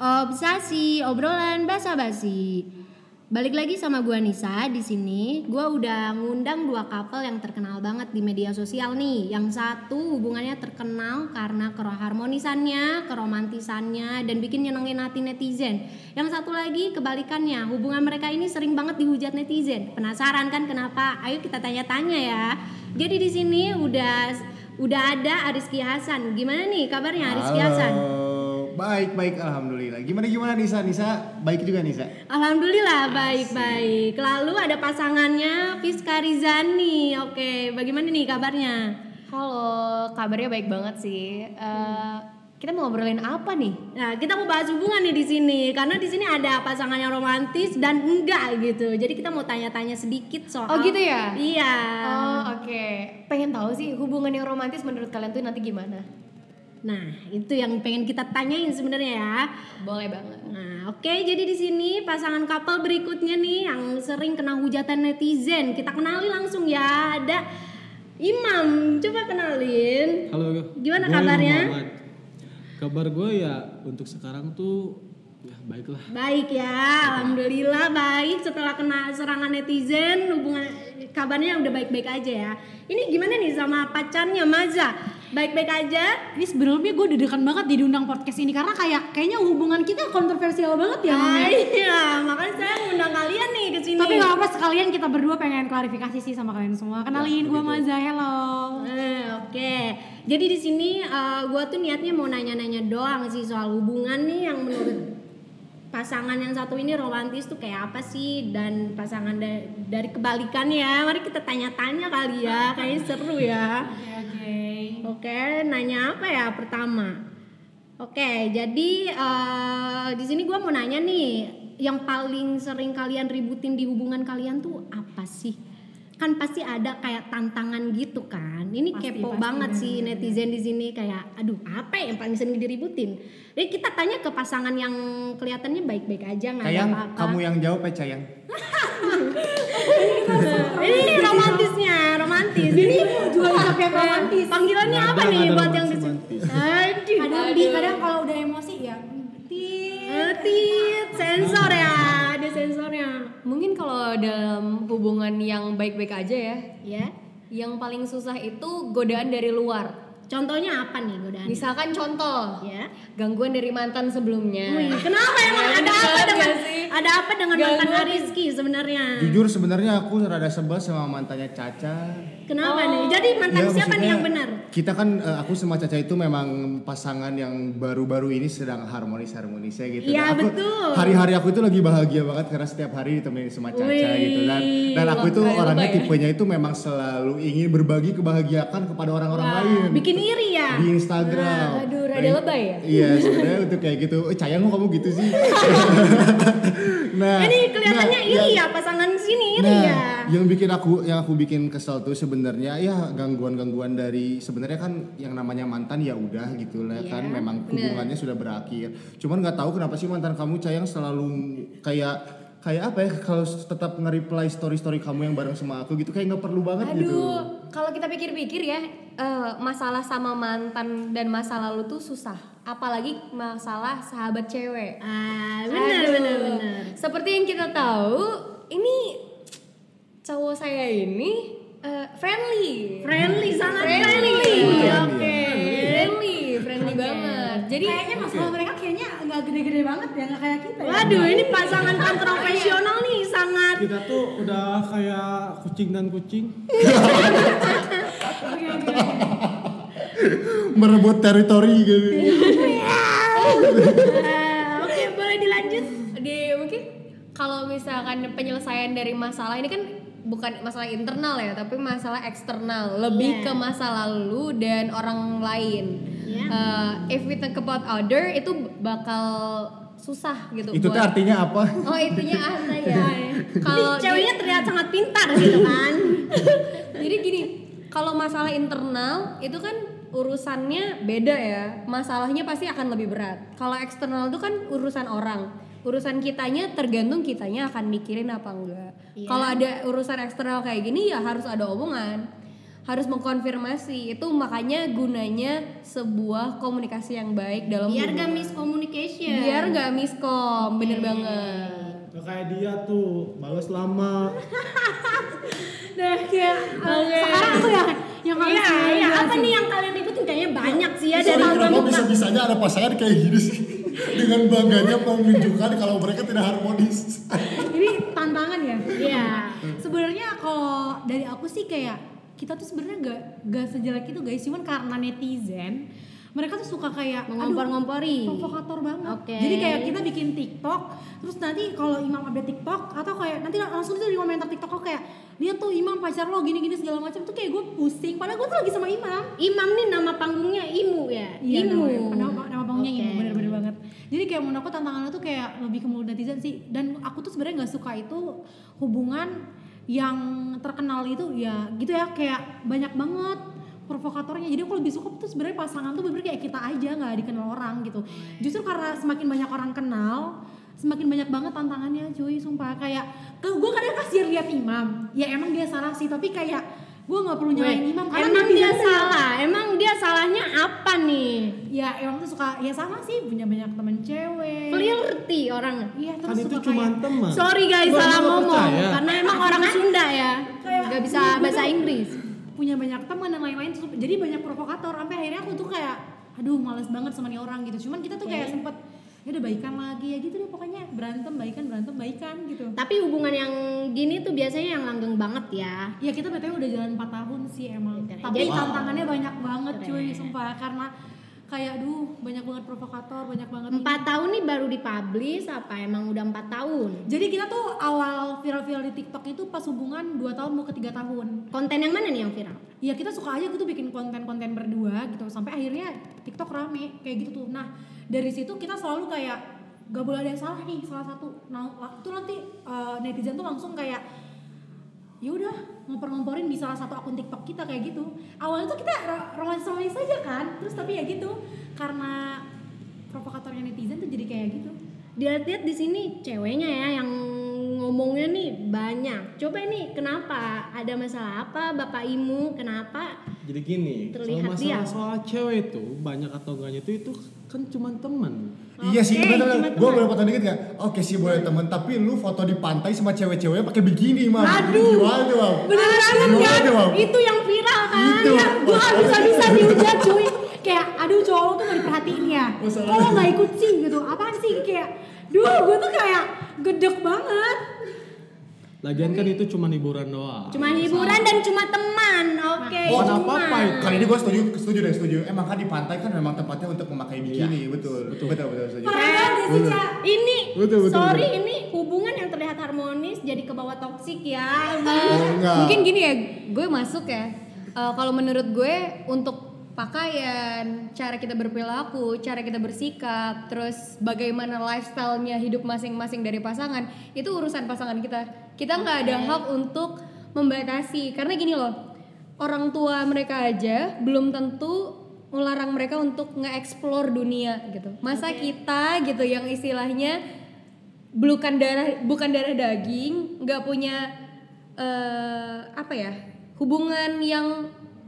Obsesi, obrolan basa-basi. Balik lagi sama gua Nisa di sini. Gua udah ngundang 2 couple yang terkenal banget di media sosial nih. Yang satu hubungannya terkenal karena keharmonisannya, keromantisannya, dan bikin nyenengin hati netizen. Yang satu lagi kebalikannya, hubungan mereka ini sering banget dihujat netizen. Penasaran kan kenapa? Ayo kita tanya-tanya ya. Jadi di sini udah ada Arizky Hasan. Gimana nih kabarnya Arizky Hasan? Baik, alhamdulillah. Gimana Nisa? Nisa baik juga Nisa? Alhamdulillah baik. Lalu ada pasangannya Fiska Rizani. Oke, bagaimana nih kabarnya? Halo, kabarnya baik banget sih. Kita mau ngobrolin apa nih? Nah, kita mau bahas hubungan nih di sini karena di sini ada pasangan yang romantis dan enggak gitu. Jadi kita mau tanya-tanya sedikit soal. Oh gitu ya? Iya. Oh oke. Pengen tahu sih hubungan yang romantis menurut kalian tuh nanti gimana? Nah, itu yang pengen kita tanyain sebenarnya ya. Boleh banget. Nah, oke, jadi di sini pasangan couple berikutnya nih yang sering kena hujatan netizen. Kita kenali langsung ya. Ada Imam. Coba kenalin. Halo. Gimana kabarnya? Muhammad. Kabar gue ya untuk sekarang tuh ya baiklah. Baik ya, alhamdulillah baik. Setelah kena serangan netizen, hubungan kabarnya udah baik-baik aja ya. Ini gimana nih sama pacarnya Maza? Baik-baik aja. Ini sebelumnya gue deg-degan banget diundang podcast ini karena kayaknya hubungan kita kontroversial banget ya. Iya, makanya saya ngundang kalian nih ke sini. Tapi nggak apa, sekalian kita berdua pengen klarifikasi sih sama kalian semua. Kenalin, gue Maza, hello. Oke. Jadi di sini gue tuh niatnya mau nanya-nanya doang sih soal hubungan nih yang menurut pasangan yang satu ini romantis tuh kayak apa sih, dan pasangan dari kebalikannya. Mari kita tanya-tanya kali ya, kayaknya seru ya. Oke, nanya apa ya pertama? Oke, jadi di sini gue mau nanya nih, yang paling sering kalian ributin di hubungan kalian tuh apa sih? Kan pasti ada kayak tantangan gitu kan. Ini kepo banget sih netizen di sini, kayak aduh apa yang paling sering diributin. Jadi kita tanya ke pasangan yang kelihatannya baik-baik aja, nggak ada apa-apa. Kamu yang jawab ya Cayang. Ini romantis. Ini Jual ucap yang romantis. Panggilannya apa nih buat yang di sini? Kadang kalau udah emosi ya. Sensor ya, ada sensornya. Mungkin kalau dalam hubungan yang baik-baik aja ya. Ya. Yang paling susah itu godaan dari luar. Contohnya apa nih godaan? Misalkan contoh, Ya. gangguan dari mantan sebelumnya. Wih, kenapa emang ada apa dengan mantan Gangguan. Arizky sebenarnya? Jujur sebenarnya aku rada sebel sama mantannya Caca. Kenapa nih? Jadi mantan Ya, siapa nih maksudnya yang benar? Kita kan aku sama Caca itu memang pasangan yang baru-baru ini sedang harmonisnya gitu. Iya, Dan betul. Hari-hari aku itu lagi bahagia banget karena setiap hari ditemenin sama Caca gitu. Dan aku itu orangnya tipenya itu memang selalu ingin berbagi kebahagiaan kepada orang-orang lain. Bikin iri ya? Di Instagram. Aduh, rada lebay ya? Iya, sebenarnya untuk kayak gitu. Cayang kok kamu gitu sih. Ini kelihatannya iri ya, pasangan sini iri ya. Yang aku bikin kesel tuh sebenarnya ya gangguan dari sebenarnya kan yang namanya mantan ya udah gitu lah kan, memang hubungannya sudah berakhir. Cuman nggak tahu kenapa sih mantan kamu Cayang selalu kayak apa ya, kalau tetap nge-reply story kamu yang bareng sama aku gitu, kayak nggak perlu banget gitu. Aduh, kalau kita pikir-pikir ya, masalah sama mantan dan masa lalu tuh susah. Apalagi masalah sahabat cewek. Benar. Seperti yang kita tahu, ini cowok saya ini friendly, Sangat friendly. friendly. Oke, friendly banget. Jadi Kayaknya masalah mereka kayaknya nggak gede-gede banget ya, nggak kayak kita ya. Waduh, ini pasangan kontroversial nih, sangat. Kita tuh udah kayak kucing dan kucing. Merebut teritori gitu. Oke, boleh dilanjut. mungkin kalau misalkan penyelesaian dari masalah ini kan bukan masalah internal ya, tapi masalah eksternal, lebih ke masa lalu dan orang lain. If we think about other, itu bakal susah gitu. Itu tuh artinya apa? Oh, intinya apa ya? Kalau Ceweknya terlihat sangat pintar gitu kan. Jadi gini, kalau masalah internal itu kan urusannya beda ya, masalahnya pasti akan lebih berat. Kalau eksternal itu kan urusan orang, urusan kitanya tergantung kitanya akan mikirin apa enggak. Kalau ada urusan eksternal kayak gini ya harus ada omongan. harus mengkonfirmasi. Itu makanya gunanya sebuah komunikasi yang baik dalam biar hubungan. gak miscommunication. Biar gak miskom, bener banget. Gak kayak dia tuh, balas lama. Nah kayak sekarang aku yang harus Iya, apa nih yang kalian ikutin kayaknya banyak sih ya dari Kenapa muka. bisa-bisanya ada pasangan kayak gini sih? Dengan bangganya menunjukkan kalau mereka tidak harmonis. Ini tantangan ya. Iya. Sebenarnya kalau dari aku sih kayak kita tuh sebenarnya gak sejelek itu guys, cuman karena netizen mereka tuh suka kayak Mengompor-ngompori. provokator banget. Oke. Jadi kayak kita bikin TikTok, terus nanti kalau Imam update TikTok atau kayak nanti langsung tuh di komentar TikTok kok kayak lihat tuh Imam pacar lo gini-gini segala macam tuh kayak gue pusing. Padahal gue tuh lagi sama Imam. Imam nih nama panggungnya Imu ya. Iya, Imu. nama panggungnya Oke. Imu, bener-bener banget. Jadi kayak menurut aku tantangannya tuh kayak lebih ke mulut netizen sih. Dan aku tuh sebenarnya nggak suka itu hubungan yang terkenal itu ya gitu ya, kayak banyak banget provokatornya. Jadi aku lebih suka tuh sebenarnya pasangan tuh bener-bener kayak kita aja, nggak dikenal orang gitu. Justru karena semakin banyak orang kenal, semakin banyak banget tantangannya cuy, sumpah. Kayak gue kadang kasihan lihat Imam, ya emang dia salah sih, tapi kayak gue nggak perlu nyalain Imam karena Emang dia netizen tuh salah. Emang dia salahnya apa nih? ya emang tuh suka ya sama sih, punya banyak temen cewek. Flirty orang. Iya, Kan terus itu suka cuma kayak teman. Sorry guys, Gua salah nggak ngomong. percaya. Karena emang orang Sunda ya. Gak bisa bahasa Inggris. punya banyak teman dan lain-lain, terus jadi banyak provokator sampai akhirnya aku tuh kayak aduh males banget sama nih orang gitu. Cuman kita tuh kayak sempet ya udah baikan lagi ya gitu deh, pokoknya berantem baikan gitu. Tapi hubungan yang gini tuh biasanya yang langgeng banget ya. Ya kita BTW udah jalan 4 tahun sih emang. Keren. Tapi Jadi- tantangannya banyak banget cuy, Keren. sumpah. Karena kayak aduh banyak banget provokator, banyak banget 4 tahun nih baru dipublish apa emang udah 4 tahun? Jadi kita tuh awal viral-viral di TikTok itu pas hubungan 2 tahun mau ke 3 tahun. Konten yang mana nih yang viral? Ya kita suka aja gitu bikin konten-konten berdua gitu, sampai akhirnya TikTok rame kayak gitu tuh. Nah dari situ kita selalu kayak gak boleh ada yang salah nih, salah satu. Nah itu nanti netizen tuh langsung kayak ya udah ngompor-ngomporin di salah satu akun TikTok kita kayak gitu. Awalnya tuh kita romantis saja kan, terus tapi ya gitu karena provokatornya netizen tuh jadi kayak gitu. Dilihat-lihat di sini ceweknya ya yang ngomongnya nih banyak. Coba nih kenapa? Ada masalah apa Bapak Imu? Kenapa? Jadi gini, Terlihat kalau masalah dia. soal cewek itu banyak atau enggaknya itu kan cuma teman. Iya sih, Oke, bener. cuma Gue teman. boleh potong dikit gak? Oke sih boleh temen, tapi lu foto di pantai sama cewek-cewek pakai bikini, Mam. Aduh. Gimana tuh, Mam? Bener banget Gimana kan? tuh, Mam? Itu yang viral kan? Itu. Ya, gue gak bisa dihujat cuy. Kayak aduh cowok lo tuh gak diperhatiin ya, Masalah. kok lo gak ikut sih gitu, apaan sih kayak duh gue tuh kayak gedek banget. Lagian kan itu cuma hiburan doang. Cuma hiburan dan cuma teman. Oke. Oh, nggak cuma. apa-apa itu. Kali ini gue setuju. Emang kan di pantai kan memang tempatnya untuk memakai bikini, betul setuju. Parah banget sih Ca. Ini Betul. sorry ini hubungan yang terlihat harmonis jadi ke bawah toksik ya. Enggak. Mungkin gini ya, gue masuk ya. Kalau menurut gue untuk pakaian, cara kita berperilaku, cara kita bersikap, terus bagaimana lifestyle-nya hidup masing-masing dari pasangan, itu urusan pasangan kita. Kita nggak ada hak untuk membatasi. Karena gini loh, orang tua mereka aja belum tentu melarang mereka untuk nge-explore dunia gitu. Masa kita gitu yang istilahnya bukan darah daging, nggak punya hubungan yang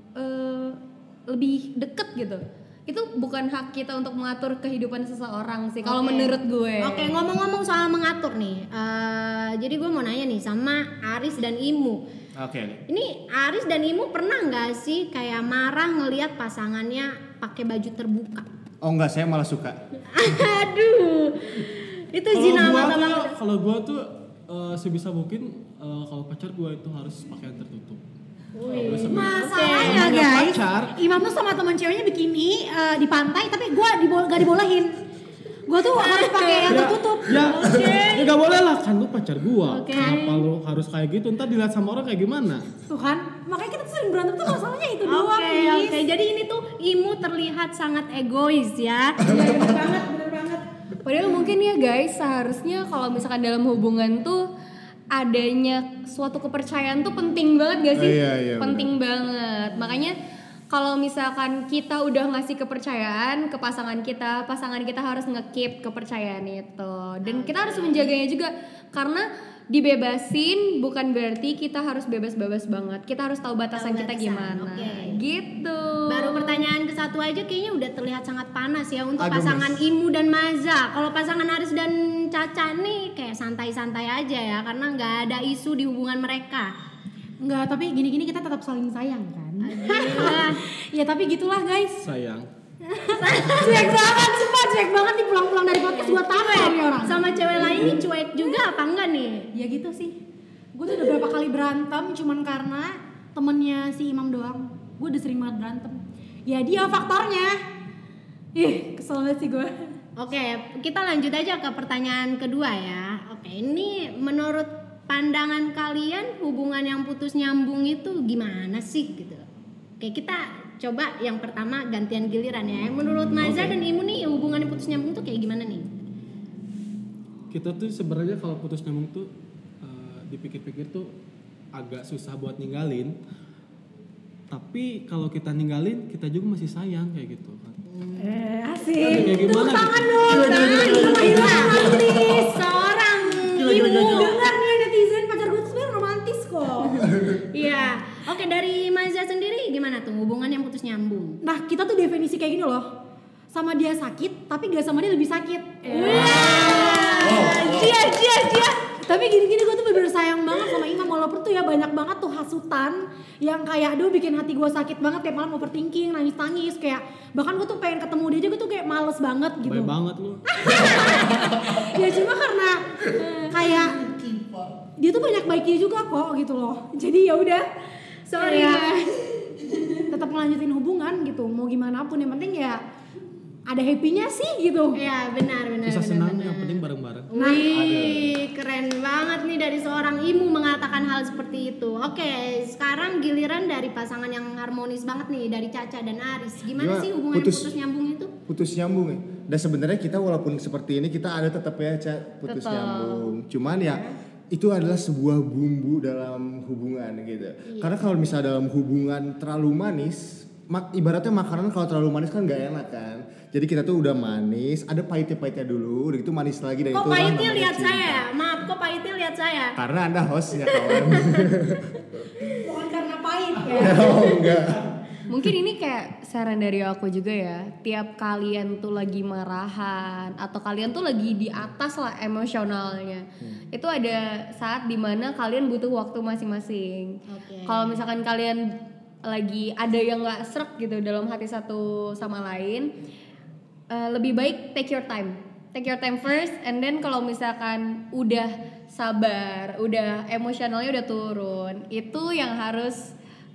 lebih deket gitu, itu bukan hak kita untuk mengatur kehidupan seseorang sih kalau Oke. menurut gue. Oke, ngomong-ngomong soal mengatur nih. Jadi gue mau nanya nih sama Aris dan Imu. Oke. Ini Aris dan Imu pernah nggak sih kayak marah ngelihat pasangannya pakai baju terbuka? Oh enggak, saya malah suka. Aduh, itu zina mata banget. Kalau gua tuh sebisa mungkin kalau pacar gua itu harus pakaian tertutup. Masalahnya Namanya guys, pacar. Imam tuh sama teman ceweknya bikini di pantai, tapi gue gak dibolehin. Gue tuh harus pakai yang tertutup. Ya nggak boleh lah, kan lu pacar gua. Oke. Kenapa lu harus kayak gitu? Ntar dilihat sama orang kayak gimana? Tuh kan, makanya kita tuh sering berantem tuh masalahnya itu doang. Oke, oke. Jadi ini tuh Imu terlihat sangat egois ya. Iya bener banget. Padahal mungkin ya guys, seharusnya kalau misalkan dalam hubungan tuh adanya suatu kepercayaan tuh penting banget gak sih? Iya, Penting banget. Makanya kalau misalkan kita udah ngasih kepercayaan ke pasangan kita harus nge-keep kepercayaan itu. Dan kita harus menjaganya juga, karena dibebasin bukan berarti kita harus bebas-bebas banget. Kita harus tahu batasan kita gimana. Gitu. Baru pertanyaan ke satu aja kayaknya udah terlihat sangat panas ya untuk Aduh, pasangan Mas. Imu dan Maza. Kalau pasangan Aris dan Caca nih kayak santai-santai aja ya, karena nggak ada isu di hubungan mereka. Enggak, tapi gini-gini kita tetap saling sayang kan. Aduh. Ya tapi gitulah guys. Sayang. Cuek banget, sumpah cuek banget nih pulang-pulang dari podcast buat tahu ya nih orang. Sama cewek lain nih cuek juga apa enggak nih? Ya gitu sih. Gue tuh udah berapa kali berantem cuman karena temennya si Imam doang. Gue udah sering banget berantem. Ya dia faktornya. Ih, kesel banget sih gue. Oke, kita lanjut aja ke pertanyaan kedua ya. Oke, ini menurut pandangan kalian hubungan yang putus nyambung itu gimana sih gitu? Oke, kita coba yang pertama gantian giliran ya. Menurut Maza dan Imu nih hubungan yang putus nyambung tuh kayak gimana nih? Kita tuh sebenarnya kalau putus nyambung tuh dipikir-pikir tuh agak susah buat ninggalin. Tapi kalau kita ninggalin, kita juga masih sayang kayak gitu kan. Asik. Kayak gimana? Tangan Gitu? dong. Romantis seorang Imu. Dengar nih netizen, pacar gue tuh sebenarnya romantis kok. Iya. Oke, dari Maza sendiri gimana tuh hubungan yang putus nyambung? Nah kita tuh definisi kayak gini loh. Sama dia sakit, tapi gak sama dia lebih sakit. Cia. Tapi gini-gini gue tuh bener-bener sayang banget sama Imam. Walaupun tuh ya banyak banget tuh hasutan yang kayak aduh bikin hati gue sakit banget, tiap malam overthinking, nangis-nangis. Kayak bahkan gue tuh pengen ketemu dia aja gue tuh kayak males banget gitu. Baik banget lu. Ya cuma karena kayak dia tuh banyak baiknya juga kok gitu loh. Jadi ya udah, Sorry ya, guys. tetap ngelanjutin hubungan gitu. Mau gimana pun yang penting ya ada happy-nya sih gitu. Iya, benar. Bisa senang yang penting bareng-bareng. Wih, keren banget nih dari seorang Imu mengatakan hal seperti itu. Oke, sekarang giliran dari pasangan yang harmonis banget nih dari Caca dan Aris. Gimana sih hubungan yang putus nyambung itu? Putus nyambung ya. Dan sebenarnya kita walaupun seperti ini kita ada tetap ya putus nyambung. Cuman ya itu adalah sebuah bumbu dalam hubungan gitu. Karena kalau misalnya dalam hubungan terlalu manis, ibaratnya makanan kalau terlalu manis kan nggak enak kan. Jadi kita tuh udah manis, ada pahitnya dulu, udah itu manis lagi dan Kok itu pahitnya namanya lihat cinta. saya? Maaf, kok pahitnya lihat saya? Karena Anda hostnya kawan. Bukan karena pahit ya. Oh enggak. Mungkin ini kayak saran dari aku juga ya. Tiap kalian tuh lagi marahan atau kalian tuh lagi di atas lah emosionalnya, itu ada saat dimana kalian butuh waktu masing-masing. Kalau misalkan kalian lagi ada yang nggak srek gitu dalam hati satu sama lain, lebih baik take your time first, and then kalau misalkan udah sabar, udah emosionalnya udah turun, itu yang harus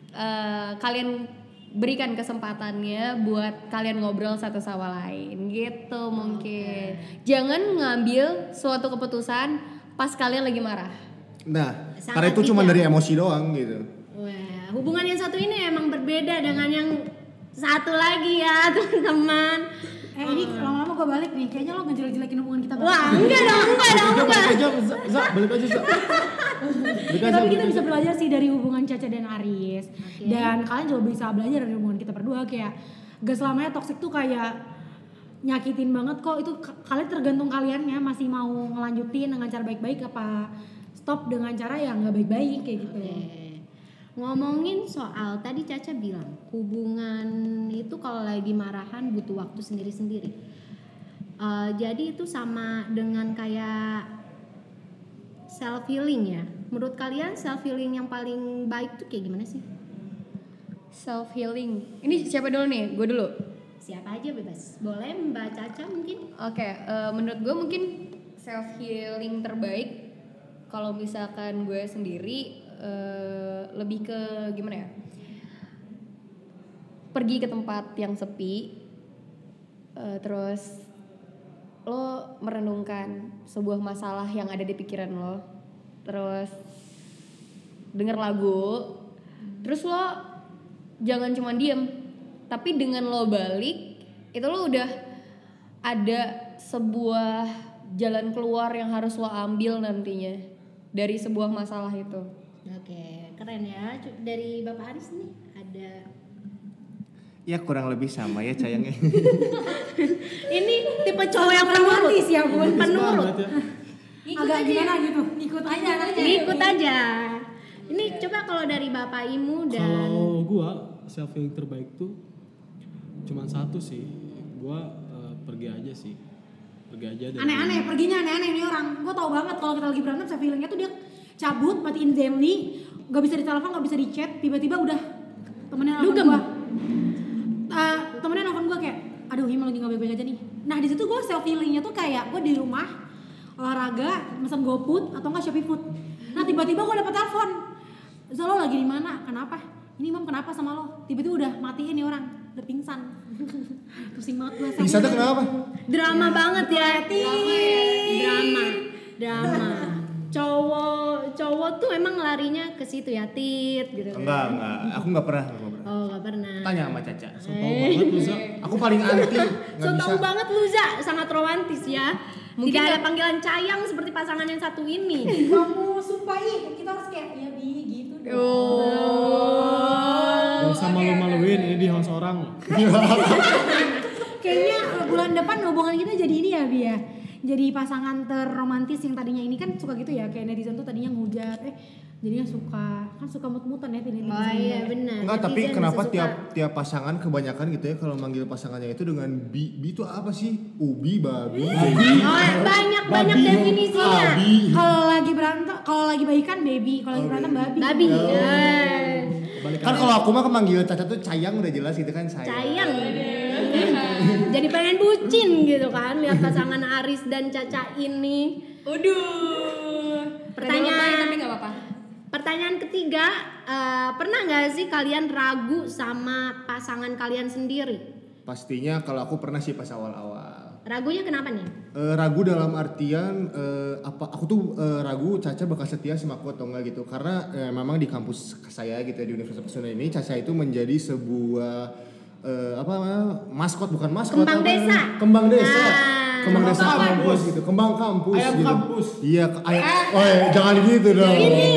kalian berikan kesempatannya buat kalian ngobrol satu sama lain gitu. Mungkin jangan ngambil suatu keputusan pas kalian lagi marah. Nah, Sangat karena itu cuma tidak. dari emosi doang gitu. Wah, hubungan yang satu ini emang berbeda dengan yang satu lagi ya teman-teman. Ini lama-lama gue balik nih, kayaknya lo ngejelek-jelekin hubungan kita. Wah, enggak dong. Balik aja, Za, balik aja, Za. Balik Ya, aja, tapi kita balik bisa aja. belajar sih dari hubungan Caca dan Aris. Dan kalian juga bisa belajar dari hubungan kita berdua, kayak gak selamanya toxic tuh kayak nyakitin banget kok. Itu kalian tergantung kaliannya masih mau ngelanjutin dengan cara baik-baik apa stop dengan cara yang gak baik-baik kayak gitu. Ngomongin soal tadi Caca bilang hubungan itu kalau lagi marahan butuh waktu sendiri-sendiri. Jadi itu sama dengan kayak self healing ya. Menurut kalian self healing yang paling baik tuh kayak gimana sih? Self healing. Ini siapa dulu nih? Gue dulu. Siapa aja bebas. Boleh Mbak Caca mungkin? Oke, menurut gue mungkin self healing terbaik kalau misalkan gue sendiri lebih ke gimana ya? Pergi ke tempat yang sepi, terus lo merenungkan sebuah masalah yang ada di pikiran lo, terus denger lagu, terus lo jangan cuma diem, tapi dengan lo balik itu lo udah ada sebuah jalan keluar yang harus lo ambil nantinya dari sebuah masalah itu. Oke, keren ya. Dari Bapak Aris nih ada Ya kurang lebih sama ya Cayangnya. Ini tipe cowok yang romantis ya bun, penurut. Banget ya. Agak gimana gitu, ikut aja anaknya. Ikut aja. Ini coba kalau dari Bapak Imu dan Kalau gua self healing terbaik tuh cuman satu sih. Gua pergi aja sih. Pergi aja dari Aneh-aneh, perginya aneh-aneh nih orang. Gue tau banget kalau kita lagi berantem, saya feelingnya tuh dia cabut, matiin Zemni, gak bisa ditelepon, gak bisa di chat, tiba-tiba udah temennya nelfon gue. Temennya nelfon gue kayak, aduh Hima lagi gak baik-baik aja nih. Nah di situ gue self healingnya tuh kayak gue di rumah olahraga, pesan GoFood atau enggak Shopee Food. Nah tiba-tiba gue dapet telepon, so lo lagi di mana? Kenapa? Ini Mam kenapa sama lo? Tiba-tiba udah matiin nih orang, udah pingsan. Pusing banget gue. Pingsan tuh kenapa? drama banget ya. Drama. Cowok tuh emang larinya ke situ ya, tit gitu. Enggak. Aku enggak pernah. Oh, gak pernah. Tanya sama Caca. So tau banget lu Za. Aku paling anti. So tau banget lu Za, sangat romantis ya. Tidak ada panggilan Cayang seperti pasangan yang satu ini. Kamu sumpah kita harus kayak ya Bi gitu dong. Gak usah malu-maluin, ini di house orang. Kayaknya bulan depan hubungan kita jadi ini ya Bi ya. Jadi pasangan terromantis yang tadinya ini kan suka gitu ya, kayak netizen tuh tadinya ngehujat, jadinya suka mut-mutan ya netizen. Oh iya benar. Enggak, tapi Netizen kenapa suka. tiap pasangan kebanyakan gitu ya kalau manggil pasangannya itu dengan bi itu apa sih? Ubi, babi. Oh, banyak Babi. definisinya. Abi. Kalau lagi berantem, kalau lagi baikan baby, kalau lagi berantem babi. Babi. Kan kalau aku mah kemanggil Caca tuh Cayang udah jelas gitu kan sayang. Cayang. Jadi pengen bucin gitu kan lihat pasangan Aris dan Caca ini. Tapi nggak apa-apa. Pertanyaan ketiga, pernah nggak sih kalian ragu sama pasangan kalian sendiri? Pastinya kalau aku pernah sih pas awal-awal. Ragunya kenapa nih? Ragu dalam artian aku tuh ragu Caca bakal setia sama aku atau enggak gitu. Karena memang di kampus saya gitu ya, di Universitas Pesona ini Caca itu menjadi sebuah maskot, bukan maskot, Kembang desa. Kembang desa. Ah. Kembang desa kampus gitu, kembang kampus Ayam gitu. kampus. Iya, jangan gitu dong.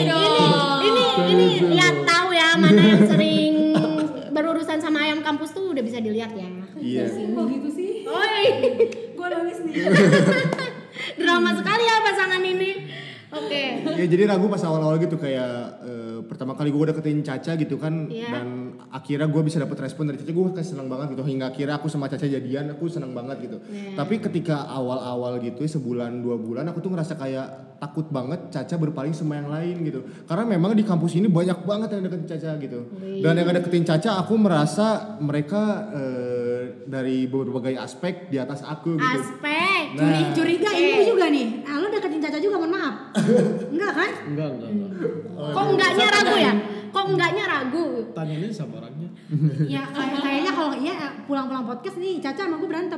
Ini lihat tahu ya mana yang sering berurusan sama ayam kampus tuh udah bisa dilihat ya. Iya. Kok gitu sih? Oi. Gue nangis nih. Drama sekali ya pasangan ini. Oke. Ya jadi ragu pas awal-awal gitu kayak pertama kali gue deketin Caca gitu kan, Iya. dan akhirnya gue bisa dapet respon dari Caca, gue kayak seneng banget gitu, hingga akhirnya aku sama Caca jadian, aku seneng banget gitu. Tapi ketika awal-awal gitu sebulan 2 bulan aku tuh ngerasa kayak takut banget Caca berpaling sama yang lain gitu, karena memang di kampus ini banyak banget yang deketin Caca gitu. Dan yang deketin Caca aku merasa mereka dari berbagai aspek di atas aku gitu. Aspek. Nah. Curiga ini juga nih. Lo deketin Caca juga, mohon maaf. Enggak kan? Enggak. Kok enggaknya ragu ya? Kok enggaknya ragu? Tanyain aja sama orangnya. Ya kayaknya kalau iya pulang-pulang podcast nih Caca sama gue berantem.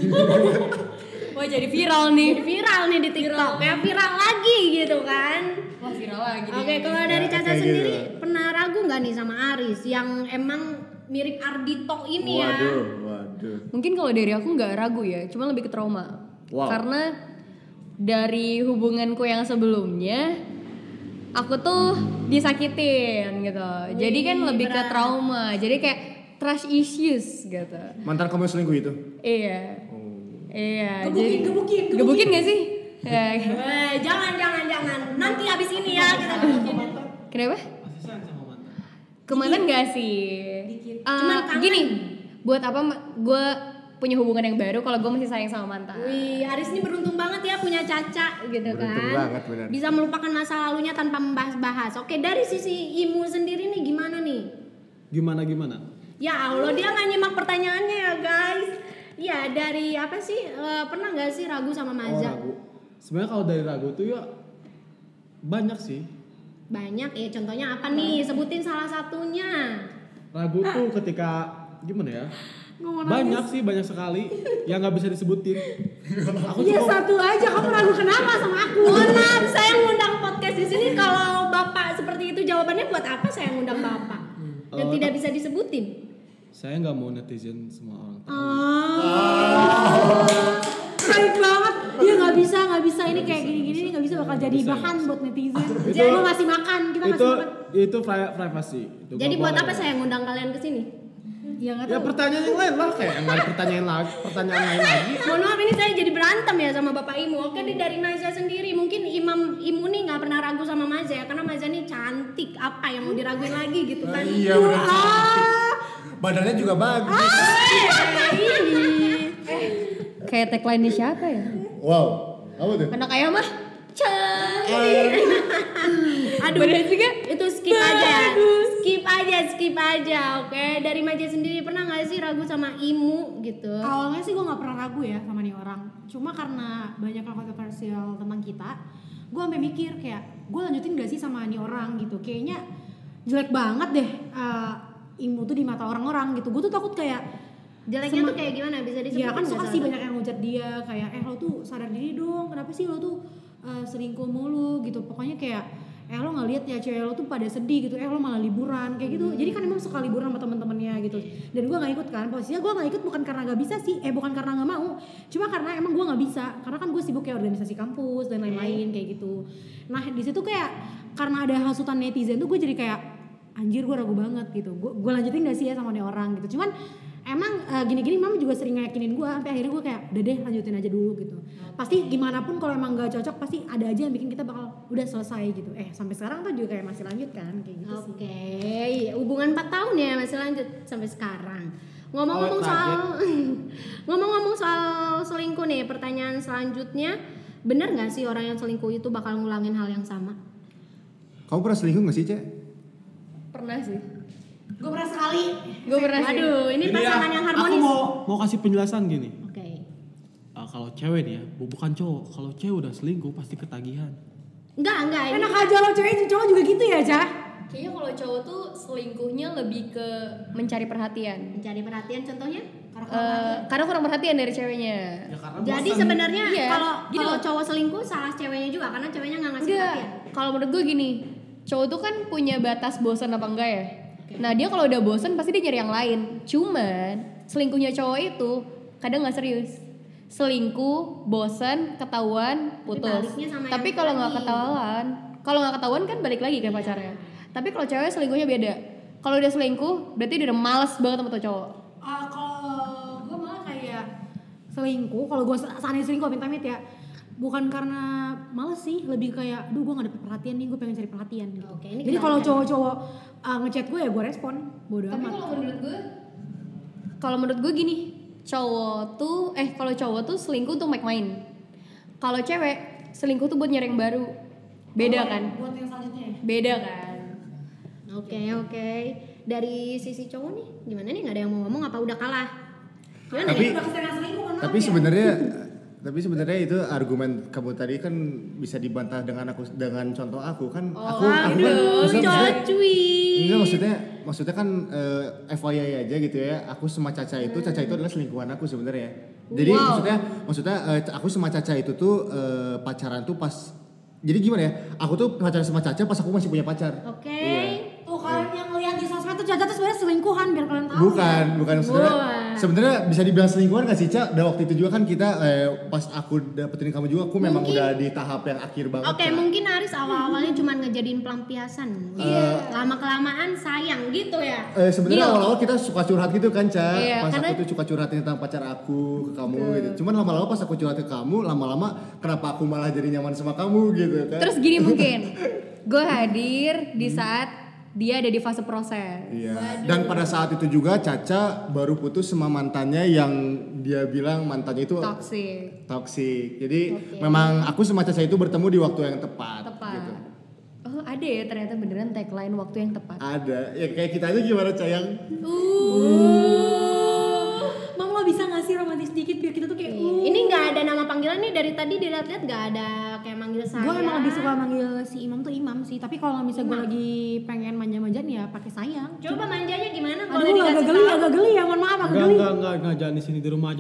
Wah jadi viral nih. Jadi viral nih di TikTok. Kayak viral lagi gitu kan. Wah viral lagi. Oke, kalau dari Caca kayak sendiri gitu. pernah ragu nggak nih sama Aris yang emang mirip Ardito ini ya? Waduh. Mungkin kalau dari aku nggak ragu ya, cuma lebih ke trauma. Wow. Karena dari hubunganku yang sebelumnya, aku tuh disakitin gitu. Jadi kan lebih ke trauma. Jadi kayak trust issues gitu. Mantan kamu selingkuh itu? Iya. Iya. Gebukin. Gak sih? Ya. Jangan. Nanti abis ini ya kita bikin. Kenapa? Masih sayang sama mantan. Kemana gak sih? Cuman kangen. Gini, buat apa gue punya hubungan yang baru kalau gue masih sayang sama mantan? Wih, Aris ini beruntung banget ya punya Caca gitu Beruntung kan. banget, benar. Bisa melupakan masa lalunya tanpa membahas-bahas. Oke, dari sisi Imu sendiri nih gimana nih? Gimana? Ya Allah, dia nggak nyimak pertanyaannya ya guys. Iya, dari apa sih? Pernah nggak sih ragu sama Maza? Ragu. Sebenarnya kalau dari ragu tuh ya banyak sih. Banyak ya, contohnya apa nih? Sebutin salah satunya. Ragu tuh ketika gimana ya? Banyak sekali yang nggak bisa disebutin. Aku Iya cukup satu aja, kamu ragu kenapa sama aku? Mohon maaf, saya ngundang podcast di sini kalau Bapak seperti itu jawabannya buat apa saya ngundang Bapak? Dan tidak bisa disebutin. saya nggak mau netizen semua orang tahu. Baik banget. Dia nggak bisa ini kayak gini-gini nggak bisa bakal jadi bahan buat netizen. Jadi lo ngasih makan, kita ngasih makan. Itu privasi. Itu Jadi nggak buat boleh. apa saya ngundang kalian ke sini? Ya nggak Ya tahu. pertanyaan yang lain lah, kayak nggak ada pertanyaan lain lagi. Mohon maaf ini saya jadi berantem ya sama Bapak Imu. Oke, dari Maza sendiri mungkin Imam Imu nih nggak pernah ragu sama Maza ya, karena Maza nih cantik, apa yang mau diraguin lagi gitu kan? Iya benar cantik. Badannya juga bagus. Kayak tagline-nya siapa ya? Wow, apa tuh? Anak ayam mah cantik. Aduh, Bener juga. itu skip aja, oke. Dari Maja sendiri pernah nggak sih ragu sama Imu gitu? Awalnya sih gue nggak pernah ragu ya sama nih orang. Cuma karena banyak hal kontroversial tentang kita, gue sampai mikir kayak gue lanjutin gak sih sama nih orang gitu. Kayaknya jelek banget deh Imu tuh di mata orang-orang gitu. Gue tuh takut kayak Jeleknya tuh kayak gimana? Bisa disebut? ya kan suka sih banyak yang ngujat dia kayak lo tuh sadar diri dong, kenapa sih lo tuh selingkuh mulu gitu. Pokoknya kayak lo nggak lihat ya cewek lo tuh pada sedih gitu, lo malah liburan kayak gitu. Jadi kan emang suka liburan sama teman-temannya gitu. Dan gue nggak ikut kan, posisinya gue nggak ikut bukan karena nggak bisa sih, bukan karena nggak mau, cuma karena emang gue nggak bisa, karena kan gue sibuk kayak organisasi kampus dan lain-lain kayak gitu. Nah di situ kayak karena ada hasutan netizen tuh gue jadi kayak anjir gue ragu banget gitu. Gue lanjutin gak sih ya sama nih orang gitu. Cuman emang gini-gini mama juga sering ngeyakinin gue, sampai akhirnya gue kayak udah deh lanjutin aja dulu gitu. Pasti gimana pun kalau emang gak cocok pasti ada aja yang bikin kita bakal udah selesai gitu. Sampai sekarang tuh juga kayak masih lanjut kan kayak gitu sih. Oke, hubungan 4 tahun ya masih lanjut sampai sekarang. Ngomong-ngomong soal selingkuh nih, pertanyaan selanjutnya, bener nggak sih orang yang selingkuh itu bakal ngulangin hal yang sama? Kamu pernah selingkuh nggak sih, Cek? Pernah sih. Gue pernah sekali. Gue pernah sih. Aduh, ini pasangan yang harmonis. Aku mau kasih penjelasan gini. Oke. Kalau cewek nih ya, bukan cowok. Kalau cewek udah selingkuh pasti ketagihan. Enggak. Ini Enak aja lo cewek juga gitu ya, Cah? Kayaknya kalau cowok tuh selingkuhnya lebih ke mencari perhatian. mencari perhatian contohnya. Karena kurang perhatian dari ceweknya. Ya karena Jadi bosan. sebenarnya Iya. kalau Gini loh. cowok selingkuh salah ceweknya juga karena ceweknya nggak ngasih Enggak. perhatian. Kalau menurut gue gini, cowok tuh kan punya batas bosan apa enggak ya? Nah dia kalau udah bosan pasti dia nyari yang lain. Cuman selingkuhnya cowok itu kadang nggak serius. Selingkuh, bosan, ketahuan, putus. baliknya sama Tapi yang kalau nggak tadi. ketahuan kan balik lagi ke pacarnya. Tapi kalau cewek selingkuhnya beda. Kalau udah selingkuh berarti dia udah males banget sama tuh cowok. Kalau gue malah kayak selingkuh, kalau gue seandainya selingkuh amit-amit ya, bukan karena males sih, lebih kayak aduh gue gak dapet perhatian nih, gue pengen cari perhatian gitu. Oke, ini Jadi kalau kebalikan. cowok-cowok ngechat gue ya gue respon, bodo Tapi amat. kalau menurut gue gini, kalau cowok tuh selingkuh untuk main. Kalau cewek selingkuh tuh buat nyari yang baru. Beda kan? Buat yang selanjutnya ya. Beda kan? Oke. Dari sisi cowok nih, gimana nih? Nggak ada yang mau ngomong apa udah kalah? Gimana Tapi- nih? Udah kesetengah selingkuh kan? Tapi sebenarnya itu argumen kamu tadi kan bisa dibantah dengan contoh aku kan. aku kan maksudnya kan FYI aja gitu ya. Aku sama Caca itu adalah selingkuhan aku sebenarnya. Jadi maksudnya aku sama Caca itu tuh pacaran tuh pas. Jadi gimana ya? Aku tuh pacaran sama Caca pas aku masih punya pacar. Oke. Iya. Tuh kalian yang ngeliat di sosmed tuh Caca tuh sebenarnya selingkuhan biar kalian tahu. Bukan sebenarnya bisa dibilang selingkuhan gak sih, Ca? Dan waktu itu juga kan kita pas aku dapetin kamu juga aku memang udah di tahap yang akhir banget. Oke, Ca. mungkin Aris awal-awalnya cuma ngejadiin pelampiasan. Lama-kelamaan sayang gitu ya. Sebenarnya Gini loh. awal-awal kita suka curhat gitu kan, Ca. Iya, Pas karena- aku tuh suka curhatin tentang pacar aku ke kamu gitu. Cuman lama-lama pas aku curhat ke kamu, lama-lama kenapa aku malah jadi nyaman sama kamu gitu kan. Terus gini mungkin, gue hadir di saat dia ada di fase proses. Iya. Dan pada saat itu juga Caca baru putus sama mantannya yang dia bilang mantannya itu toxic. Jadi memang aku sama Caca itu bertemu di waktu yang tepat. Gitu. Oh ada ya ternyata beneran tagline waktu yang tepat. Ada. Ya kayak kita aja gimana, Cayang? Mam lo bisa gak sih romantis dikit biar kita tuh kayak Ini nggak ada nama panggilan nih dari tadi dilihat-lihat nggak ada kayak manggil saya. Gue emang lebih suka manggil si Imam tuh Imam sih. Tapi kalau misalnya gue lagi pengen manja-manjaan ya pakai sayang. Coba manjanya gimana kalau Aduh agak geli ya, mohon maaf agak geli. Enggak, jangan di sini, di rumah aja.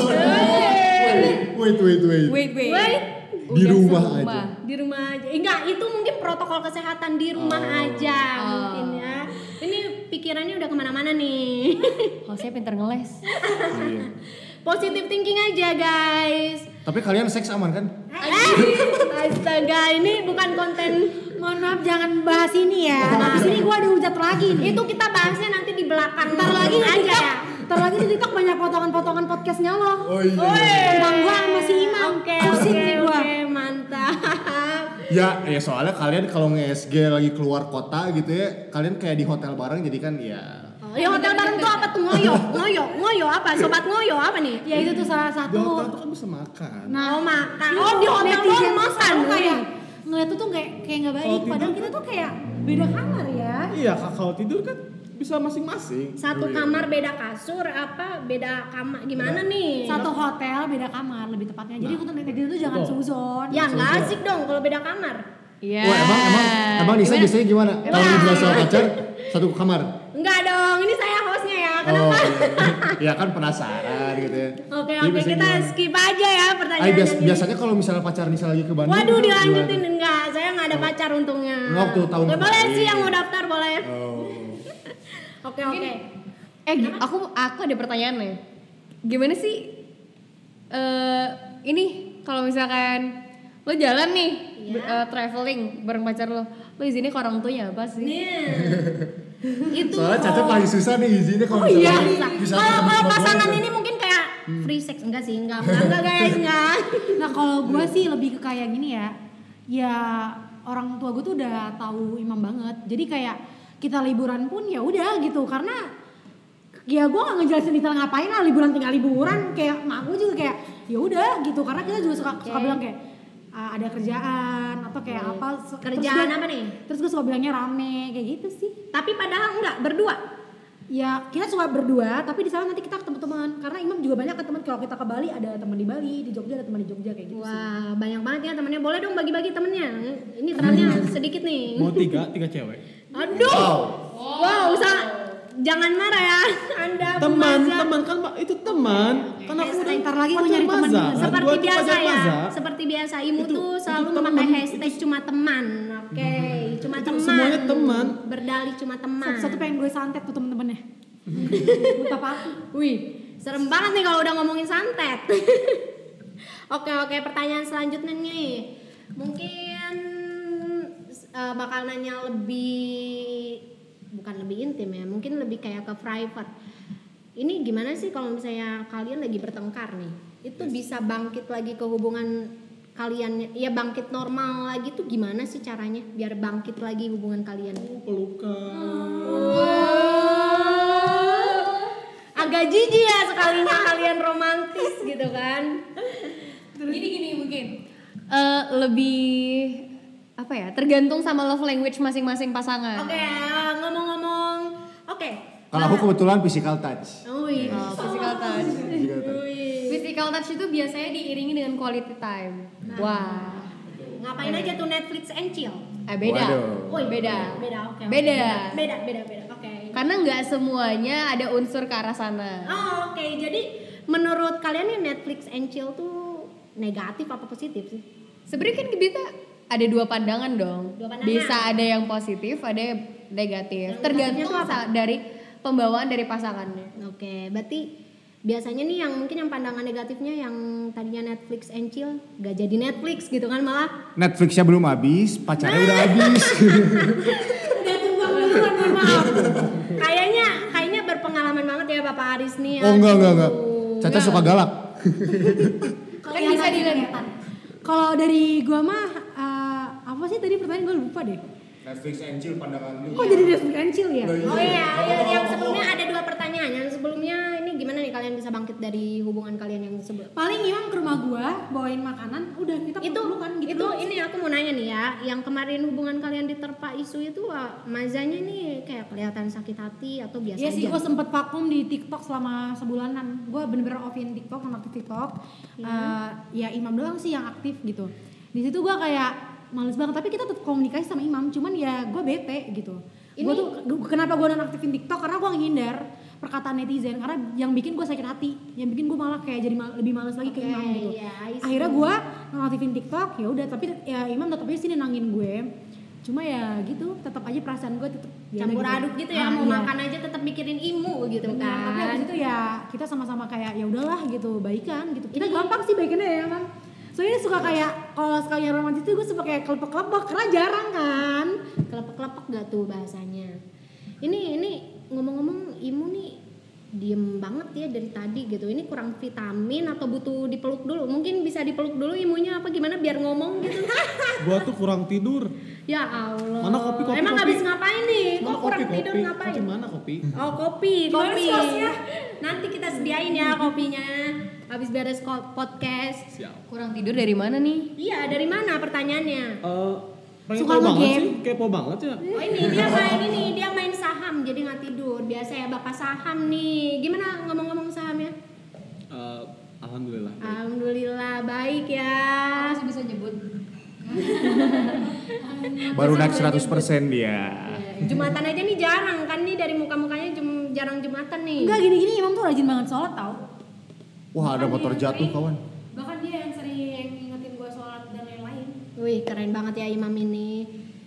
Wait. Wait. Di Udah rumah serumah. aja. Di rumah aja. Enggak, itu mungkin protokol kesehatan di rumah aja mungkin ya. Ini pikirannya udah kemana-mana nih. Hostnya pinter ngeles. Iya. Positive thinking aja guys. Tapi kalian seks aman kan? Astaga, ini bukan konten. Mohon maaf jangan bahas ini ya. Habis ini gue ada hujat lagi nih. Itu kita bahasnya nanti di belakang Ntar lagi di aja TikTok, ya. ntar lagi di TikTok banyak potongan-potongan podcastnya lo. Oh iya. Tentang gua sama si Imam. Oke, Pusing nih gua. mantap. Ya soalnya kalian kalau nge-SG lagi keluar kota gitu ya, kalian kayak di hotel bareng jadi kan ya. Ya hotel bareng tuh apa tuh ngoyo apa sobat ngoyo apa nih? Ya itu tuh salah Di satu. hotel tuh kan bisa makan. Nah, makan. Oh di hotel doang makan. kayak ngeliat tuh kayak nggak baik. Kalau Padahal tidur kita tuh kayak beda kamar ya. Iya, kalau tidur kan bisa masing-masing. Satu kamar beda kasur apa beda kamar gimana nih? Satu hotel beda kamar lebih tepatnya. Jadi untuk tidur tuh jangan Betul. suzon. Ya nggak asik dong kalau beda kamar. Iya. Wah emang Nisa biasanya gimana? Kalau ngejelasin soal pacar satu kamar? Enggak dong, ini saya hostnya ya. Oh Kenapa? iya kan penasaran gitu ya. Oke, Jadi biasanya kita gimana? skip aja ya pertanyaannya. Biasanya kalau misalnya pacar Nisa lagi ke Bandung. Waduh, gimana? dilanjutin enggak? Saya nggak ada pacar untungnya. Waktu tahun Boleh kemarin. sih yang mau daftar boleh. Oh. Oke. Aku ada pertanyaan nih. Gimana sih ini kalau misalkan lo jalan nih traveling bareng pacar lo izinnya ke orang tuanya apa sih? Itu. Soalnya Caca paling susah nih izinnya kalau misalnya bisa Kalau ketemu sama pasangan keluarga. ini mungkin kayak free sex enggak sih? Enggak guys, enggak. Nah kalau gue sih lebih ke kayak gini ya. Ya orang tua gue tuh udah tahu Imam banget. Jadi kayak kita liburan pun ya udah gitu karena ya gue nggak ngejelasin detail ngapain lah liburan tinggal liburan kayak mak gue juga kayak ya udah gitu karena kita juga suka bilang kayak ada kerjaan atau kayak apa Kerjaan apa nih? Terus gue suka bilangnya rame kayak gitu sih. Tapi padahal enggak berdua. Ya kita suka berdua tapi di sana nanti kita ketemu teman karena Imam juga banyak ke teman. Kalau kita ke Bali ada teman di Bali, di Jogja ada teman di Jogja kayak gitu sih. Wah, banyak banget ya temannya. Boleh dong bagi-bagi temennya. Ini temannya sedikit nih. Mau tiga cewek. Aduh. Wow, jangan marah ya. Anda Teman pemaza. kan Pak, itu teman. Kan aku udah Ntar lagi gue pacar nyari teman maza. juga. Seperti Gua tuh biasa pacar ya. maza. Seperti biasa Imu Itu- tuh itu selalu teman, memakai itu hashtag cuma teman. Oke, cuma itu teman. semuanya teman. Berdalih cuma teman. Satu pengen gue santet tuh temen-temennya. Betapa aku. Wih, serem banget nih kalau udah ngomongin santet. Oke, pertanyaan selanjutnya nih. Mungkin bakal nanya bukan lebih intim ya, mungkin lebih kayak ke private. Ini gimana sih kalau misalnya kalian lagi bertengkar nih? Itu bisa bangkit lagi ke hubungan kalian, ya bangkit normal lagi tuh gimana sih caranya biar bangkit lagi hubungan kalian? Pelukan. Agak jijik ya sekalinya kalian romantis gitu kan. Gini mungkin lebih apa ya? Tergantung sama love language masing-masing pasangan. Oke, ngomong-ngomong, oke. Kalau aku kebetulan physical touch. Wih, Physical touch. Physical touch. Physical touch itu biasanya diiringi dengan quality time. Wah. Ngapain aja tuh Netflix and chill? Beda. Waduh. Wih, Beda. Oke. Beda. Beda. Oke. Karena nggak semuanya ada unsur ke arah sana. Oh, oke. Jadi menurut kalian nih Netflix and chill tuh negatif apa positif sih? Sebenarnya kan kita ada dua pandangan dong. Dua pandangan. Bisa ada yang positif, ada yang negatif. Yang Tergantung negatifnya tuh apa? dari pembawaan dari pasangannya. Oke, berarti biasanya nih yang mungkin yang pandangan negatifnya yang tadinya Netflix and chill gak jadi Netflix gitu kan malah Netflixnya belum habis, pacarnya udah habis. udah tumbang duluan, mohon maaf. Kayaknya berpengalaman banget ya Bapak Aris nih. Oh enggak. Aduh. Caca suka galak. Kan bisa dilihat. Kalau dari gue mah apa sih tadi pertanyaan gue lupa deh. Netflix and chill pandangan lu. Kok jadi Netflix and chill ya? Oh iya, yang sebelumnya ada dua pertanyaan. Yang sebelumnya ini gimana nih kalian bisa bangkit dari hubungan kalian yang sebelum? Paling Imam ke rumah gue bawain makanan, udah kita pelukan gitu. Itu ini aku mau nanya nih ya, yang kemarin hubungan kalian diterpa isu itu mazanya nih kayak kelihatan sakit hati atau biasa Iya aja? sih, gue sempet vakum di TikTok selama sebulanan. Gue bener-bener offin TikTok, non-aktif TikTok. Ya Imam doang sih yang aktif gitu. Di situ gue kayak males banget, tapi kita tetap komunikasi sama Imam. Cuman ya gue bete gitu. Gue tuh kenapa gue non-aktifin TikTok karena gue ngehindar perkataan netizen, karena yang bikin gue sakit hati, yang bikin gue malah kayak jadi lebih males lagi ke Imam gitu. Iya, I see. Akhirnya gue non-aktifin TikTok, ya udah. Tapi ya Imam tetap aja sih nenangin gue. Cuma ya gitu, tetap aja perasaan gue tetap Campur aduk gitu ya, mau makan aja tetap mikirin imu gitu Benar, kan. tapi abis itu ya kita sama-sama kayak ya udahlah gitu, baikan gitu. Kita gampang sih baikannya ya kan. Soalnya suka kayak kalau sekalian romantis itu gue suka kayak kelepek-kelepek karena jarang kan. Kelepek-kelepek gak tuh bahasanya? Ini ngomong-ngomong Imu nih diem banget ya dari tadi gitu. Ini kurang vitamin atau butuh dipeluk dulu? Mungkin bisa dipeluk dulu Imunya apa gimana biar ngomong gitu. Gua tuh kurang tidur. Ya Allah. Mana kopi? Emang kopi? habis ngapain nih? Kok Mana kurang kopi, tidur kopi? ngapain? Kopi mana kopi? Oh kopi. Nanti kita sediain ya kopinya. Habis beres podcast. Siap. Kurang tidur dari mana nih? Iya dari mana pertanyaannya? Pengen Suka tahu banget nge-game. sih, kepo banget ya. Oh ini dia main saham jadi nggak tidur. Biasa ya bapak saham nih. Gimana ngomong-ngomong sahamnya? Alhamdulillah. Alhamdulillah baik ya. Masih bisa nyebut. Baru naik 100% dia. Jumatan aja nih jarang kan nih dari muka-mukanya jarang Jumatan nih. Enggak gini-gini Imam tuh rajin banget sholat tau. Wah, ada motor jatuh kawan. Bahkan dia yang sering ngingetin gue sholat dan lain-lain. Wih keren banget ya Imam ini.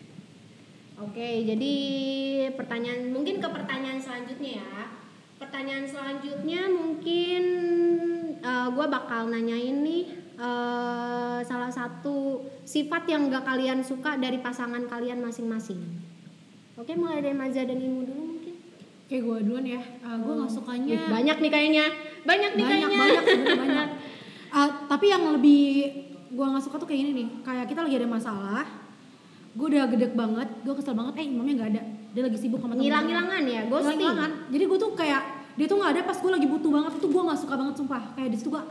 Oke jadi mungkin ke pertanyaan selanjutnya ya. Pertanyaan selanjutnya mungkin gue bakal nanyain nih salah satu sifat yang gak kalian suka dari pasangan kalian masing-masing. Oke mulai dari Maza dan Imu dulu mungkin. Kayak gue duluan ya. Gue nggak sukanya. Wih, banyak nih kayaknya. Banyak sebenarnya banyak. Tapi yang lebih gue nggak suka tuh kayak gini nih. Kayak kita lagi ada masalah. Gue udah gedek banget. Gue kesel banget. Imamnya nggak ada. Dia lagi sibuk sama temen-temen. Ngilang-ngilangan ya, ghosting. Ngilang-ngilangan. Jadi gue tuh kayak dia tuh nggak ada pas gue lagi butuh banget. Itu gue nggak suka banget sumpah. Kayak di situ gue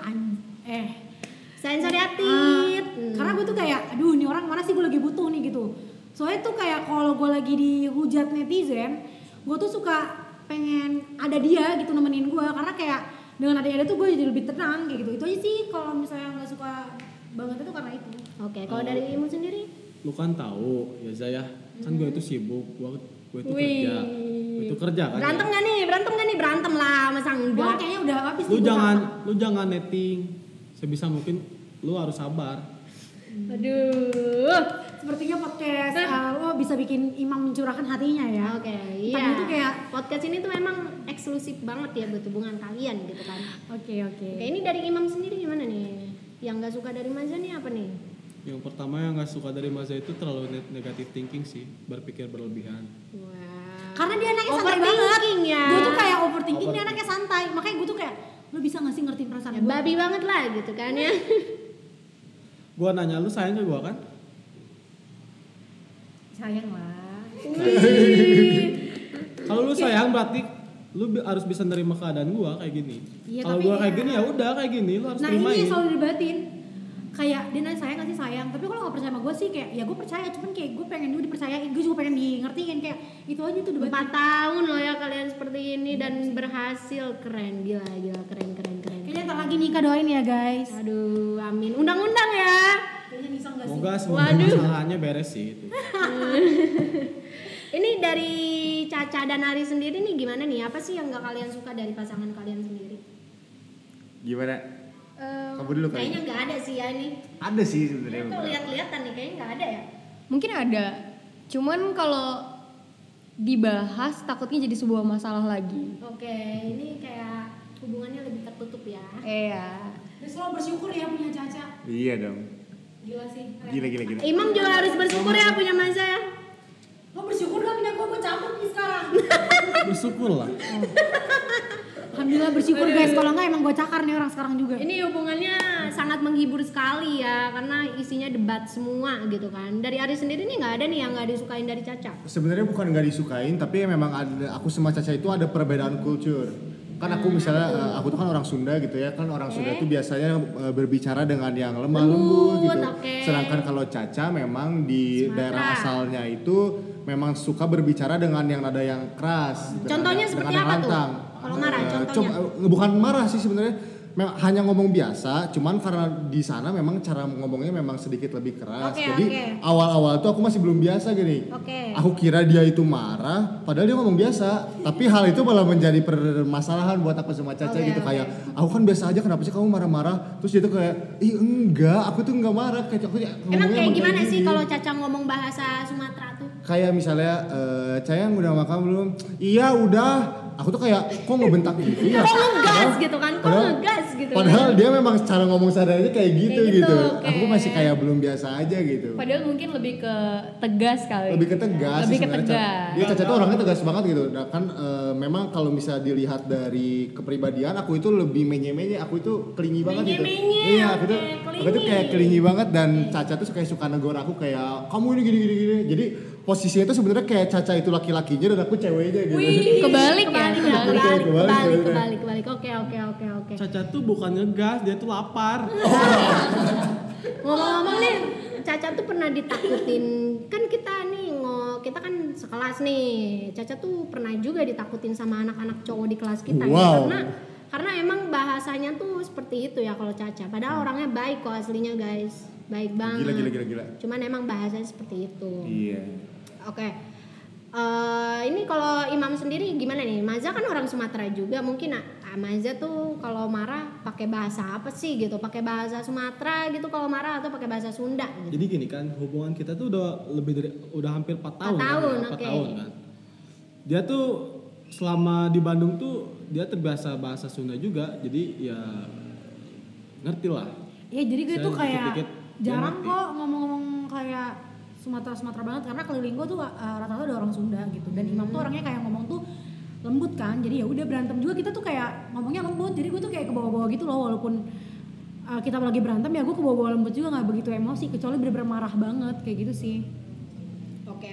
Sensor yatit. Karena gue tuh kayak, aduh ini orang mana sih gue lagi butuh nih gitu. Soalnya tuh kayak kalau gue lagi dihujat netizen, gue tuh suka pengen ada dia gitu nemenin gue. Karena kayak dengan adanya dia tuh gue jadi lebih tenang kayak gitu. Itu aja sih kalau misalnya nggak suka banget itu karena itu. Oke, kalau dari Imu sendiri? Lu kan tahu ya Zaya, kan gue itu sibuk, gue itu Wih. kerja. Gue itu kerja kan. Berantem nggak nih? Berantem lah, masa Gue enggak? kayaknya udah habis Lu nih, gua sama. jangan netting. Sebisa mungkin lu harus sabar. Aduh. Sepertinya podcast lo bisa bikin Imam mencurahkan hatinya ya. Oke, Tadi iya. itu kayak Podcast ini tuh memang eksklusif banget ya buat hubungan kalian gitu kan. oke. Oke, ini dari Imam sendiri gimana nih? Yang nggak suka dari Maza nih apa nih? Yang pertama yang gak suka dari Maza itu terlalu negative thinking sih, berpikir berlebihan. Wah. Karena dia anaknya santai banget. Overthinking ya. Gue tuh kayak overthinking, dia anaknya santai. Makanya gue tuh kayak lo bisa gak sih ngertiin perasaan Ya, gue? babi banget lah gitu kan ya. Gua nanya lu sayang ke gua kan? Sayang lah. Kalau lu sayang berarti lu harus bisa nerima keadaan gua kayak gini. Iya, Kalau tapi gua kayak ya. gini ya udah kayak gini lu harus Nah ini terimain. yang selalu dibatin. Kayak dia nanya sayang gak sih sayang. Tapi kalau gak percaya sama gue sih kayak ya gue percaya. Cuman kayak gue pengen juga dipercayain. Gue juga pengen di ngertiin kayak itu aja tuh debat. 4 tahun loh ya kalian seperti ini dan berhasil. Keren, gila keren. Kayaknya ntar lagi nikah, doain ya guys. Aduh, amin. Undang-undang ya. Kayaknya bisa gak sih? Semoga semua Waduh. masalahnya beres sih itu. Ini dari Caca dan Ari sendiri nih gimana nih? Apa sih yang gak kalian suka dari pasangan kalian sendiri? Gimana? Kamu dulu kali. Kayaknya nggak ada sih ya ini. Ada sih sebenarnya. Kalau lihat-lihatan nih kayaknya nggak ada ya. Mungkin ada. Cuman kalau dibahas takutnya jadi sebuah masalah lagi. Oke, ini kayak hubungannya lebih tertutup ya. Iya. Terus lo bersyukur ya punya Caca. Iya dong. Gila sih. keren. Gila. Imam juga harus bersyukur ya punya Maza ya. Lo bersyukur gak punya gue cabut nih sekarang. Bersyukur lah. Alhamdulillah bersyukur guys. Kalau enggak emang gue cakar nih orang sekarang juga. Ini hubungannya sangat menghibur sekali ya karena isinya debat semua gitu kan. Dari Ari sendiri nih nggak ada nih yang nggak disukain dari Caca. Sebenarnya bukan nggak disukain, tapi memang ada. Aku sama Caca itu ada perbedaan kultur. Kan aku misalnya, aku tuh kan orang Sunda gitu ya. Kan orang Sunda itu biasanya berbicara dengan yang lemah lembut gitu. Oke. Sedangkan kalau Caca memang di daerah asalnya itu memang suka berbicara dengan yang nada yang keras. Contohnya seperti dengan apa tuh? lantang. Kalau marah contohnya? Bukan marah sih sebenarnya. Hanya ngomong biasa, cuman karena di sana memang cara ngomongnya memang sedikit lebih keras. Oke, Jadi oke. awal-awal tuh aku masih belum biasa gini. Oke. Aku kira dia itu marah, padahal dia ngomong biasa. Tapi hal itu malah menjadi permasalahan buat aku sama Caca Oke, gitu. oke. Kayak aku kan biasa aja, kenapa sih kamu marah-marah? Terus dia tuh kayak, ih enggak, aku tuh enggak marah. Kayak aku Emang ngomongnya kayak gimana gini. sih kalau Caca ngomong bahasa Sumatera tuh? Kayak misalnya, Cayang udah makan belum? Iya udah. aku tuh kayak kok ngebentak gitu ya. Kok ngegas gitu kan? Kok ngegas gitu. Padahal dia memang cara ngomong sadarnya kayak gitu. Okay. Aku masih kayak belum biasa aja gitu. Padahal mungkin lebih ke tegas kali. Lebih ke tegas. Lebih ke sebenarnya. tegas. Dia Caca tuh orangnya tegas banget gitu. Nah, kan memang kalau bisa dilihat dari kepribadian aku itu lebih menye-menye, aku itu kelingi banget gitu. Iya, aku tuh kayak kelingi banget dan Caca tuh kayak suka negor aku kayak kamu ini gini. Jadi posisinya itu sebenarnya kayak Caca itu laki-lakinya dan aku ceweknya gitu. Kebalik. Oke. Caca tuh bukan ngegas, dia tuh lapar. Ngomong-ngomong nih, Caca tuh pernah ditakutin. Kan kita kan sekelas nih. Caca tuh pernah juga ditakutin sama anak-anak cowok di kelas kita Wow. nih, karena emang bahasanya tuh seperti itu ya kalau Caca. Padahal orangnya baik kok aslinya, guys. Baik banget. Gila. Cuman emang bahasanya seperti itu. Iya. Oke. Ini kalau Imam sendiri gimana nih? Maza kan orang Sumatera juga, mungkin Maza tuh kalau marah pakai bahasa apa sih gitu? Pakai bahasa Sumatera gitu kalau marah atau pakai bahasa Sunda gitu? Jadi gini kan, hubungan kita tuh udah hampir 4 tahun. 4 tahun, kan, 4 oke. tahun kan. Dia tuh selama di Bandung tuh dia terbiasa bahasa Sunda juga, jadi ya ngerti lah. Ya jadi gue Saya tuh kayak dikit-dikit jarang dia ngerti. kok ngomong-ngomong kayak Sumatera banget karena keliling gue tuh rata-rata ada orang Sunda gitu. Dan Imam tuh orangnya kayak ngomong tuh lembut kan. Jadi ya udah berantem juga kita tuh kayak ngomongnya lembut. Jadi gue tuh kayak ke bawah-bawah gitu loh, walaupun kita lagi berantem ya gue ke bawah-bawah lembut juga, nggak begitu emosi kecuali bener-bener marah banget kayak gitu sih. Oke.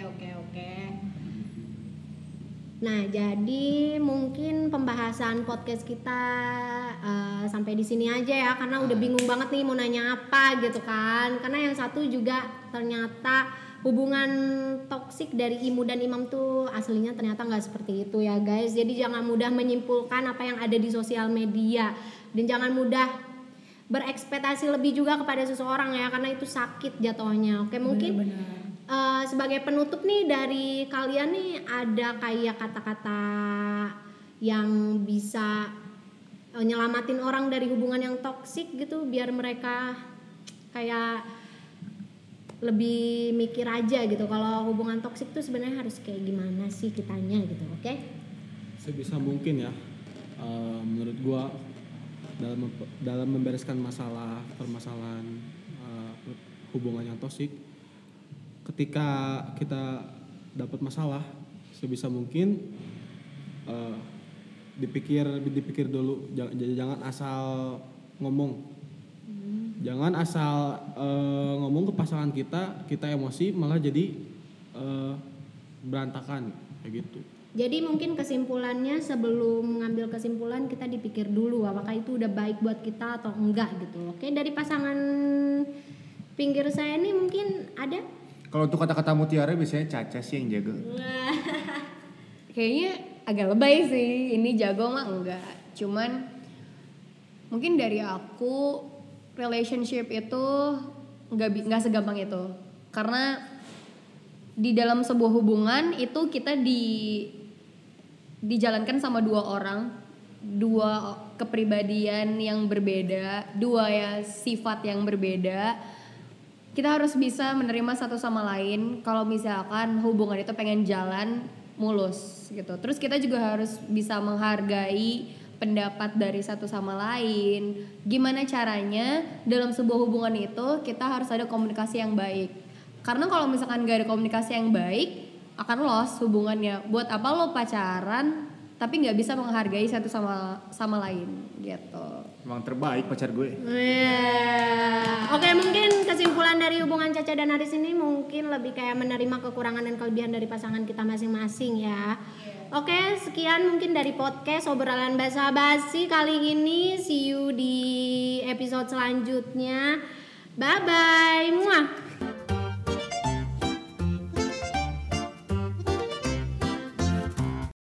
Nah, jadi mungkin pembahasan podcast kita sampai di sini aja ya, karena udah bingung banget nih mau nanya apa gitu kan. Karena yang satu juga ternyata hubungan toksik dari Imu dan Imam tuh aslinya ternyata nggak seperti itu ya guys. Jadi jangan mudah menyimpulkan apa yang ada di sosial media dan jangan mudah berekspektasi lebih juga kepada seseorang ya, karena itu sakit jatuhnya. Oke, mungkin Bener-bener. sebagai penutup nih dari kalian nih, ada kayak kata-kata yang bisa nyelamatin orang dari hubungan yang toksik gitu biar mereka kayak lebih mikir aja gitu kalau hubungan toksik tuh sebenarnya harus kayak gimana sih kitanya gitu. Oke? Sebisa mungkin ya, menurut gua dalam membereskan permasalahan hubungan yang toksik, ketika kita dapat masalah, sebisa mungkin dipikir dulu, jangan asal ngomong. Jangan asal ngomong ke pasangan kita emosi malah jadi berantakan kayak gitu. Jadi mungkin kesimpulannya, sebelum mengambil kesimpulan kita dipikir dulu apakah itu udah baik buat kita atau enggak gitu. Oke, dari pasangan pinggir saya nih mungkin ada? Kalau untuk kata-kata mutiara biasanya Caca sih yang jaga. Kayaknya agak lebay sih, ini jago mah enggak. Cuman mungkin dari aku, relationship itu nggak segampang itu. Karena di dalam sebuah hubungan itu kita dijalankan sama 2 orang, 2 kepribadian yang berbeda, 2 ya sifat yang berbeda. Kita harus bisa menerima satu sama lain kalau misalkan hubungan itu pengen jalan mulus gitu. Terus kita juga harus bisa menghargai pendapat dari satu sama lain. Gimana caranya dalam sebuah hubungan itu kita harus ada komunikasi yang baik. Karena kalau misalkan gak ada komunikasi yang baik, akan lost hubungannya. Buat apa lo pacaran tapi gak bisa menghargai satu sama lain gitu. Emang terbaik pacar gue. Oke, mungkin kesimpulan dari hubungan Caca dan Aris ini mungkin lebih kayak menerima kekurangan dan kelebihan dari pasangan kita masing-masing ya. Oke, sekian mungkin dari podcast obrolan basa-basi kali ini. See you di episode selanjutnya. Bye bye. Muah.